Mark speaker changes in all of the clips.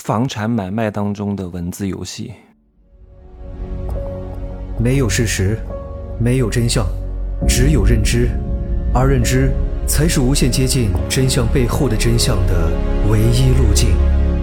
Speaker 1: 房产买卖当中的文字游戏。
Speaker 2: 没有事实，没有真相，只有认知，而认知才是无限接近真相背后的真相的唯一路径。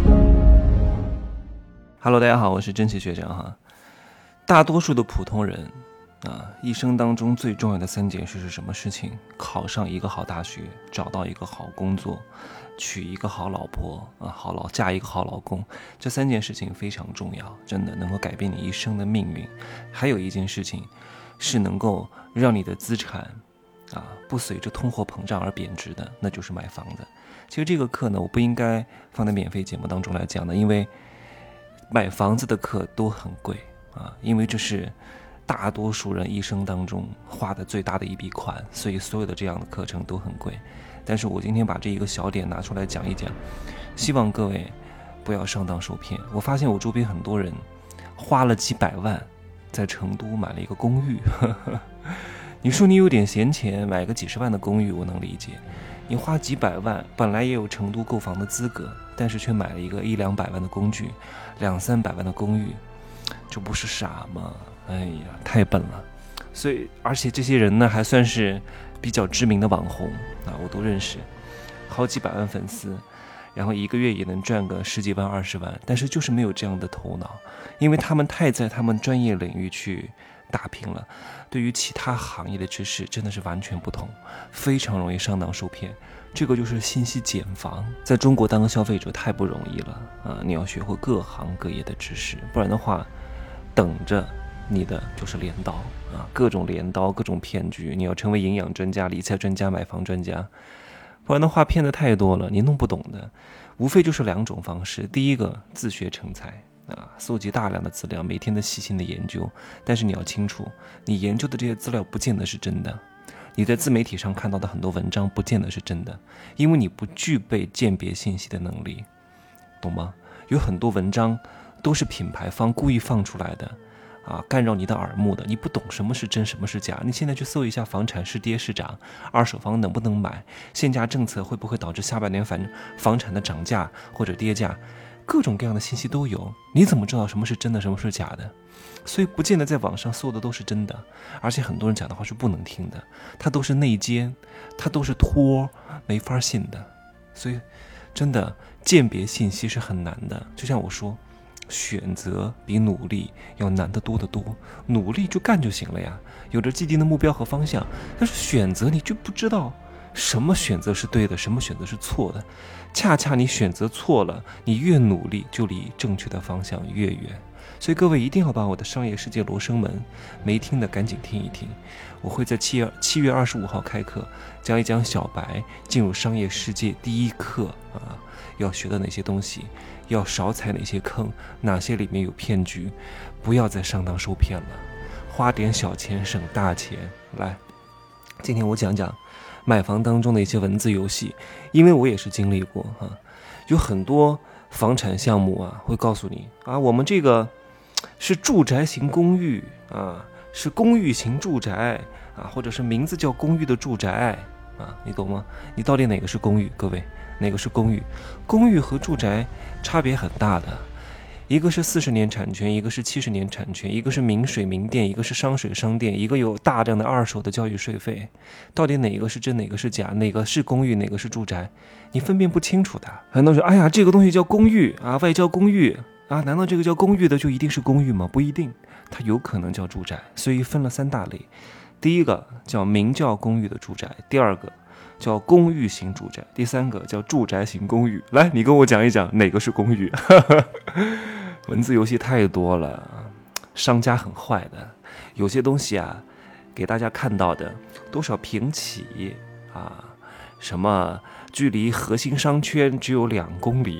Speaker 1: Hello， 大家好，我是真奇学长哈。大多数的普通人一生当中最重要的3件事是什么事情？考上一个好大学，找到一个好工作，娶一个好老婆嫁一个好老公，这3件事情非常重要，真的能够改变你一生的命运。还有一件事情是能够让你的资产不随着通货膨胀而贬值的，那就是买房子。其实这个课呢，我不应该放在免费节目当中来讲的，因为买房子的课都很贵因为这是大多数人一生当中花的最大的一笔款，所以所有的这样的课程都很贵。但是我今天把这一个小点拿出来讲一讲，希望各位不要上当受骗。我发现我周边很多人花了几百万在成都买了一个公寓你说你有点闲钱买个几十万的公寓我能理解，你花几百万本来也有成都购房的资格，但是却买了一个100-200万的工具，200-300万的公寓，这不是傻吗？哎呀，太笨了。所以而且这些人呢还算是比较知名的网红我都认识，好几百万粉丝，然后一个月也能赚个10几万20万，但是就是没有这样的头脑，因为他们太在他们专业领域去打拼了，对于其他行业的知识真的是完全不同，非常容易上当受骗。这个就是信息茧房，在中国当个消费者太不容易了你要学会各行各业的知识，不然的话等着你的就是镰刀各种镰刀，各种骗局。你要成为营养专家、理财专家、买房专家，不然的话骗的太多了，你弄不懂的。无非就是2种方式，第一个自学成才搜集大量的资料，每天的细心的研究，但是你要清楚，你研究的这些资料不见得是真的，你在自媒体上看到的很多文章不见得是真的，因为你不具备鉴别信息的能力，懂吗？有很多文章都是品牌方故意放出来的干扰你的耳目的，你不懂什么是真什么是假。你现在去搜一下房产是跌是涨，二手房能不能买，限价政策会不会导致下半年房产的涨价或者跌价，各种各样的信息都有，你怎么知道什么是真的什么是假的？所以不见得在网上搜的都是真的，而且很多人讲的话是不能听的，它都是内奸，它都是托，没法信的。所以真的鉴别信息是很难的，就像我说，选择比努力要难得多得多，努力就干就行了呀，有着既定的目标和方向，但是选择你就不知道什么选择是对的，什么选择是错的，恰恰你选择错了，你越努力就离正确的方向越远。所以各位一定要把我的商业世界罗生门没听的赶紧听一听，我会在7月25号开课，讲一讲小白进入商业世界第一课要学的哪些东西，要少踩哪些坑，哪些里面有骗局，不要再上当受骗了，花点小钱省大钱。来，今天我讲讲买房当中的一些文字游戏，因为我也是经历过有很多房产项目会告诉你我们这个是住宅型公寓是公寓型住宅或者是名字叫公寓的住宅你懂吗？你到底哪个是公寓？各位，哪个是公寓？公寓和住宅差别很大的，一个是40年产权，一个是70年产权，一个是明水明电，一个是商水商电，一个有大量的二手的交易税费，到底哪个是真哪个是假，哪个是公寓哪个是住宅，你分辨不清楚的。很多人说，哎呀，这个东西叫公寓外交公寓难道这个叫公寓的就一定是公寓吗？不一定，它有可能叫住宅。所以分了3大类，第一个叫名叫公寓的住宅，第二个叫公寓型住宅，第三个叫住宅型公寓。来，你跟我讲一讲哪个是公寓文字游戏太多了，商家很坏的，有些东西给大家看到的多少平起什么距离核心商圈只有2公里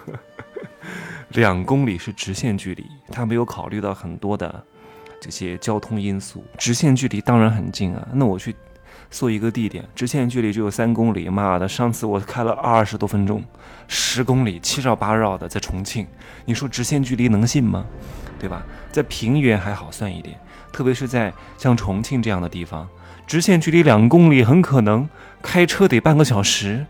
Speaker 1: 2公里是直线距离，他没有考虑到很多的这些交通因素。直线距离当然很近那我去搜一个地点，直线距离只有3公里，妈的，上次我开了20多分钟，10公里7绕8绕的在重庆，你说直线距离能信吗？对吧？在平原还好算一点，特别是在像重庆这样的地方，直线距离2公里很可能开车得半个小时，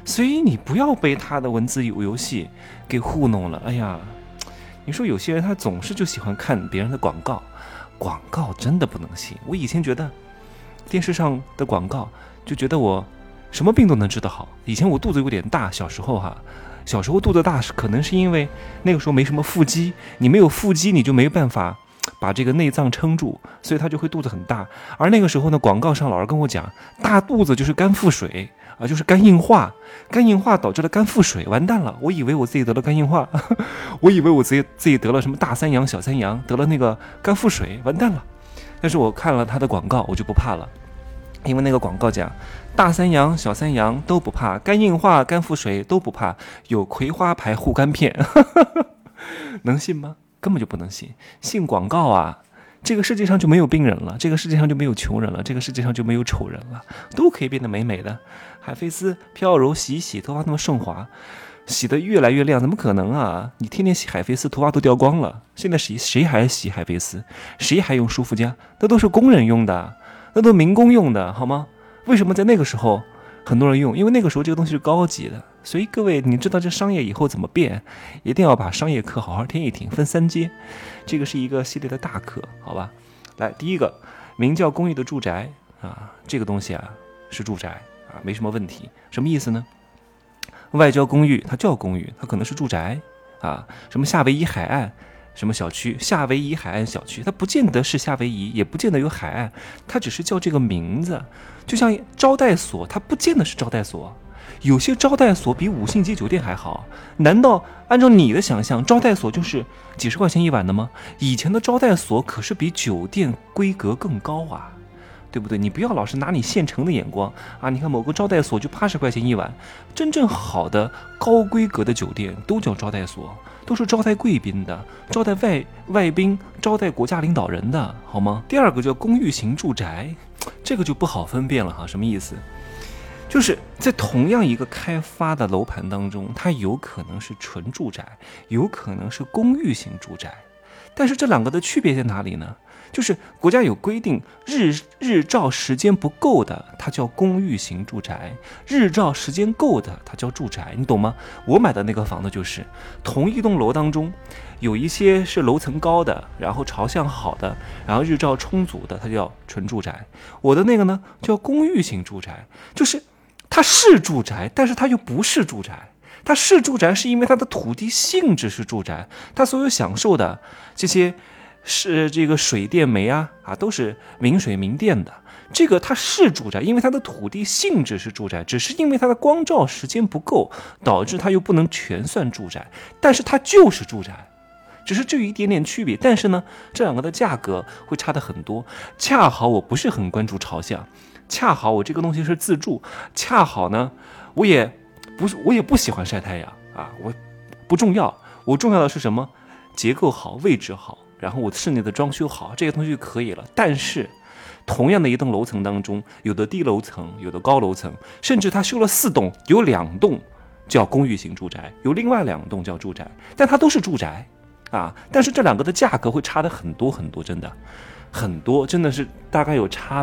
Speaker 1: 所以你不要被他的文字游戏给糊弄了。哎呀，你说有些人他总是就喜欢看别人的广告，广告真的不能信。我以前觉得电视上的广告就觉得我什么病都能治得好。以前我肚子有点大，小时候肚子大可能是因为那个时候没什么腹肌，你没有腹肌你就没办法把这个内脏撑住，所以他就会肚子很大。而那个时候呢，广告上老是跟我讲，大肚子就是肝腹水啊，就是肝硬化，肝硬化导致了肝腹水，完蛋了！我以为我自己得了肝硬化，我以为我自己得了什么大三阳、小三阳，得了那个肝腹水，完蛋了。但是我看了他的广告，我就不怕了，因为那个广告讲大三阳、小三阳都不怕，肝硬化、肝腹水都不怕，有葵花牌护肝片，能信吗？根本就不能信，信广告啊！这个世界上就没有病人了，这个世界上就没有穷人了，这个世界上就没有丑人了，都可以变得美美的。海飞丝飘柔洗一洗，头发那么顺滑，洗得越来越亮，怎么可能啊？你天天洗海飞丝，头发都掉光了。现在谁还洗海飞丝？谁还用舒肤佳？那都是工人用的，那都民工用的，好吗？为什么在那个时候很多人用？因为那个时候这个东西是高级的。所以各位，你知道这商业以后怎么变，一定要把商业课好好听一听，分3阶，这个是一个系列的大课，好吧？来，第一个，名叫公寓的住宅啊，这个东西啊是住宅啊，没什么问题。什么意思呢？外交公寓它叫公寓，它可能是住宅啊，什么夏威夷海岸什么小区，夏威夷海岸小区，它不见得是夏威夷，也不见得有海岸，它只是叫这个名字。就像招待所，它不见得是招待所，有些招待所比5星级酒店还好。难道按照你的想象，招待所就是几十块钱一晚的吗？以前的招待所可是比酒店规格更高啊，对不对？你不要老是拿你现成的眼光啊！你看某个招待所就80块钱一晚，真正好的高规格的酒店都叫招待所，都是招待贵宾的，招待外宾，招待国家领导人的，好吗？第二个叫公寓型住宅，这个就不好分辨了哈，什么意思？就是在同样一个开发的楼盘当中，它有可能是纯住宅，有可能是公寓型住宅，但是这两个的区别在哪里呢？就是国家有规定，日照时间不够的，它叫公寓型住宅；日照时间够的，它叫住宅。你懂吗？我买的那个房子就是同一栋楼当中，有一些是楼层高的，然后朝向好的，然后日照充足的，它叫纯住宅。我的那个呢，叫公寓型住宅，就是它是住宅，但是它又不是住宅。它是住宅是因为它的土地性质是住宅，它所有享受的这些是这个水电煤啊都是民水民电的，这个它是住宅，因为它的土地性质是住宅，只是因为它的光照时间不够，导致它又不能全算住宅，但是它就是住宅，只是这有一点点区别。但是呢，这两个的价格会差得很多。恰好我不是很关注朝向，恰好我这个东西是自住，恰好呢我也不喜欢晒太阳啊，我不重要，我重要的是什么？结构好，位置好，然后我室内的装修好，这个东西就可以了。但是同样的一栋楼层当中，有的低楼层，有的高楼层，甚至他修了4栋，有2栋叫公寓型住宅，有另外2栋叫住宅，但它都是住宅啊。但是这两个的价格会差的很多很多，真的很多，真的是大概有差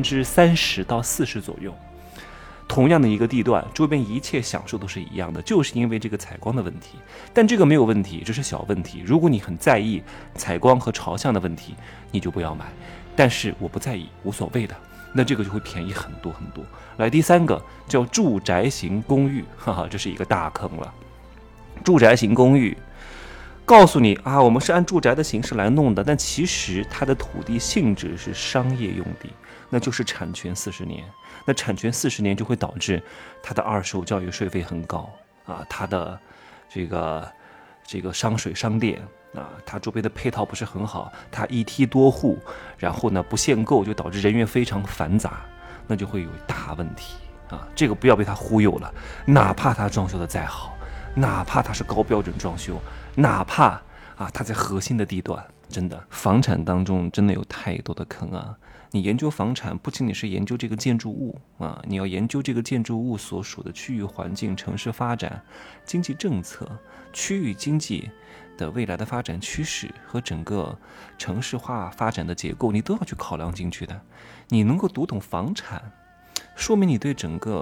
Speaker 1: 30%到40%左右。同样的一个地段，周边一切享受都是一样的，就是因为这个采光的问题。但这个没有问题，这是小问题。如果你很在意采光和朝向的问题，你就不要买。但是我不在意，无所谓的，那这个就会便宜很多很多。来，第3个叫住宅型公寓，这是一个大坑了。住宅型公寓告诉你啊，我们是按住宅的形式来弄的，但其实它的土地性质是商业用地，那就是产权40年。那产权40年就会导致它的二手交易税费很高啊，它的这个商水商店啊，它周边的配套不是很好，它一梯多户，然后呢不限购，就导致人员非常繁杂，那就会有大问题啊。这个不要被它忽悠了，哪怕它装修的再好，哪怕它是高标准装修，哪怕它在核心的地段，真的房产当中真的有太多的坑啊。你研究房产不仅仅是研究这个建筑物啊，你要研究这个建筑物所属的区域环境、城市发展、经济政策、区域经济的未来的发展趋势和整个城市化发展的结构，你都要去考量进去的。你能够读懂房产，说明你对整个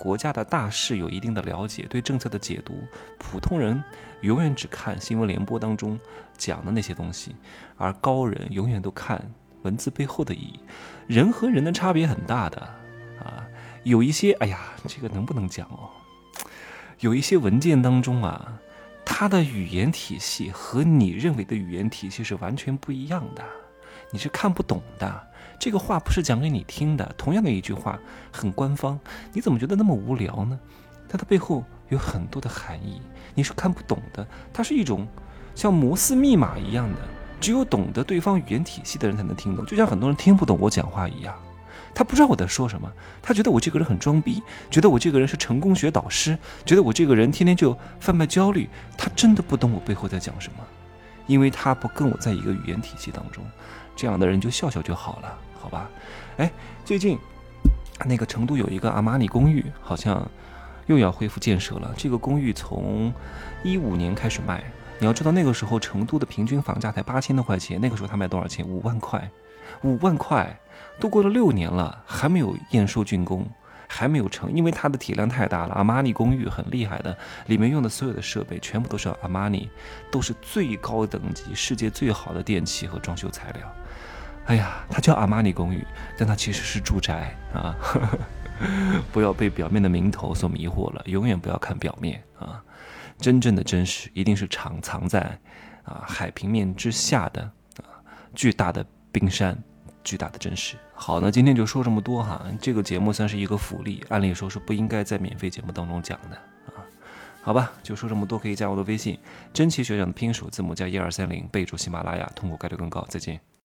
Speaker 1: 国家的大事有一定的了解，对政策的解读，普通人永远只看新闻联播当中讲的那些东西，而高人永远都看文字背后的意义。人和人的差别很大的啊，有一些这个能不能讲哦？有一些文件当中啊，它的语言体系和你认为的语言体系是完全不一样的，你是看不懂的。这个话不是讲给你听的，同样的一句话很官方，你怎么觉得那么无聊呢？它的背后有很多的含义，你是看不懂的。它是一种像摩斯密码一样的，只有懂得对方语言体系的人才能听懂，就像很多人听不懂我讲话一样，他不知道我在说什么，他觉得我这个人很装逼，觉得我这个人是成功学导师，觉得我这个人天天就贩卖焦虑，他真的不懂我背后在讲什么，因为他不跟我在一个语言体系当中。这样的人就笑笑就好了，好吧？最近那个成都有一个阿玛尼公寓，好像又要恢复建设了。这个公寓从15年开始卖，你要知道那个时候成都的平均房价才8000多块钱，那个时候他卖多少钱？5万块，5万块，都过了6年了，还没有验收竣工，还没有成，因为它的体量太大了。阿玛尼公寓很厉害的，里面用的所有的设备全部都是阿玛尼，都是最高等级、世界最好的电器和装修材料。它叫阿玛尼公寓，但它其实是住宅啊！不要被表面的名头所迷惑了，永远不要看表面啊！真正的真实一定是藏在海平面之下的巨大的冰山，巨大的真实。好，那今天就说这么多哈。这个节目算是一个福利，按理说是不应该在免费节目当中讲的啊。好吧，就说这么多，可以加我的微信，真奇学长的拼音首字母加1230，备注喜马拉雅，通过概率更高。再见。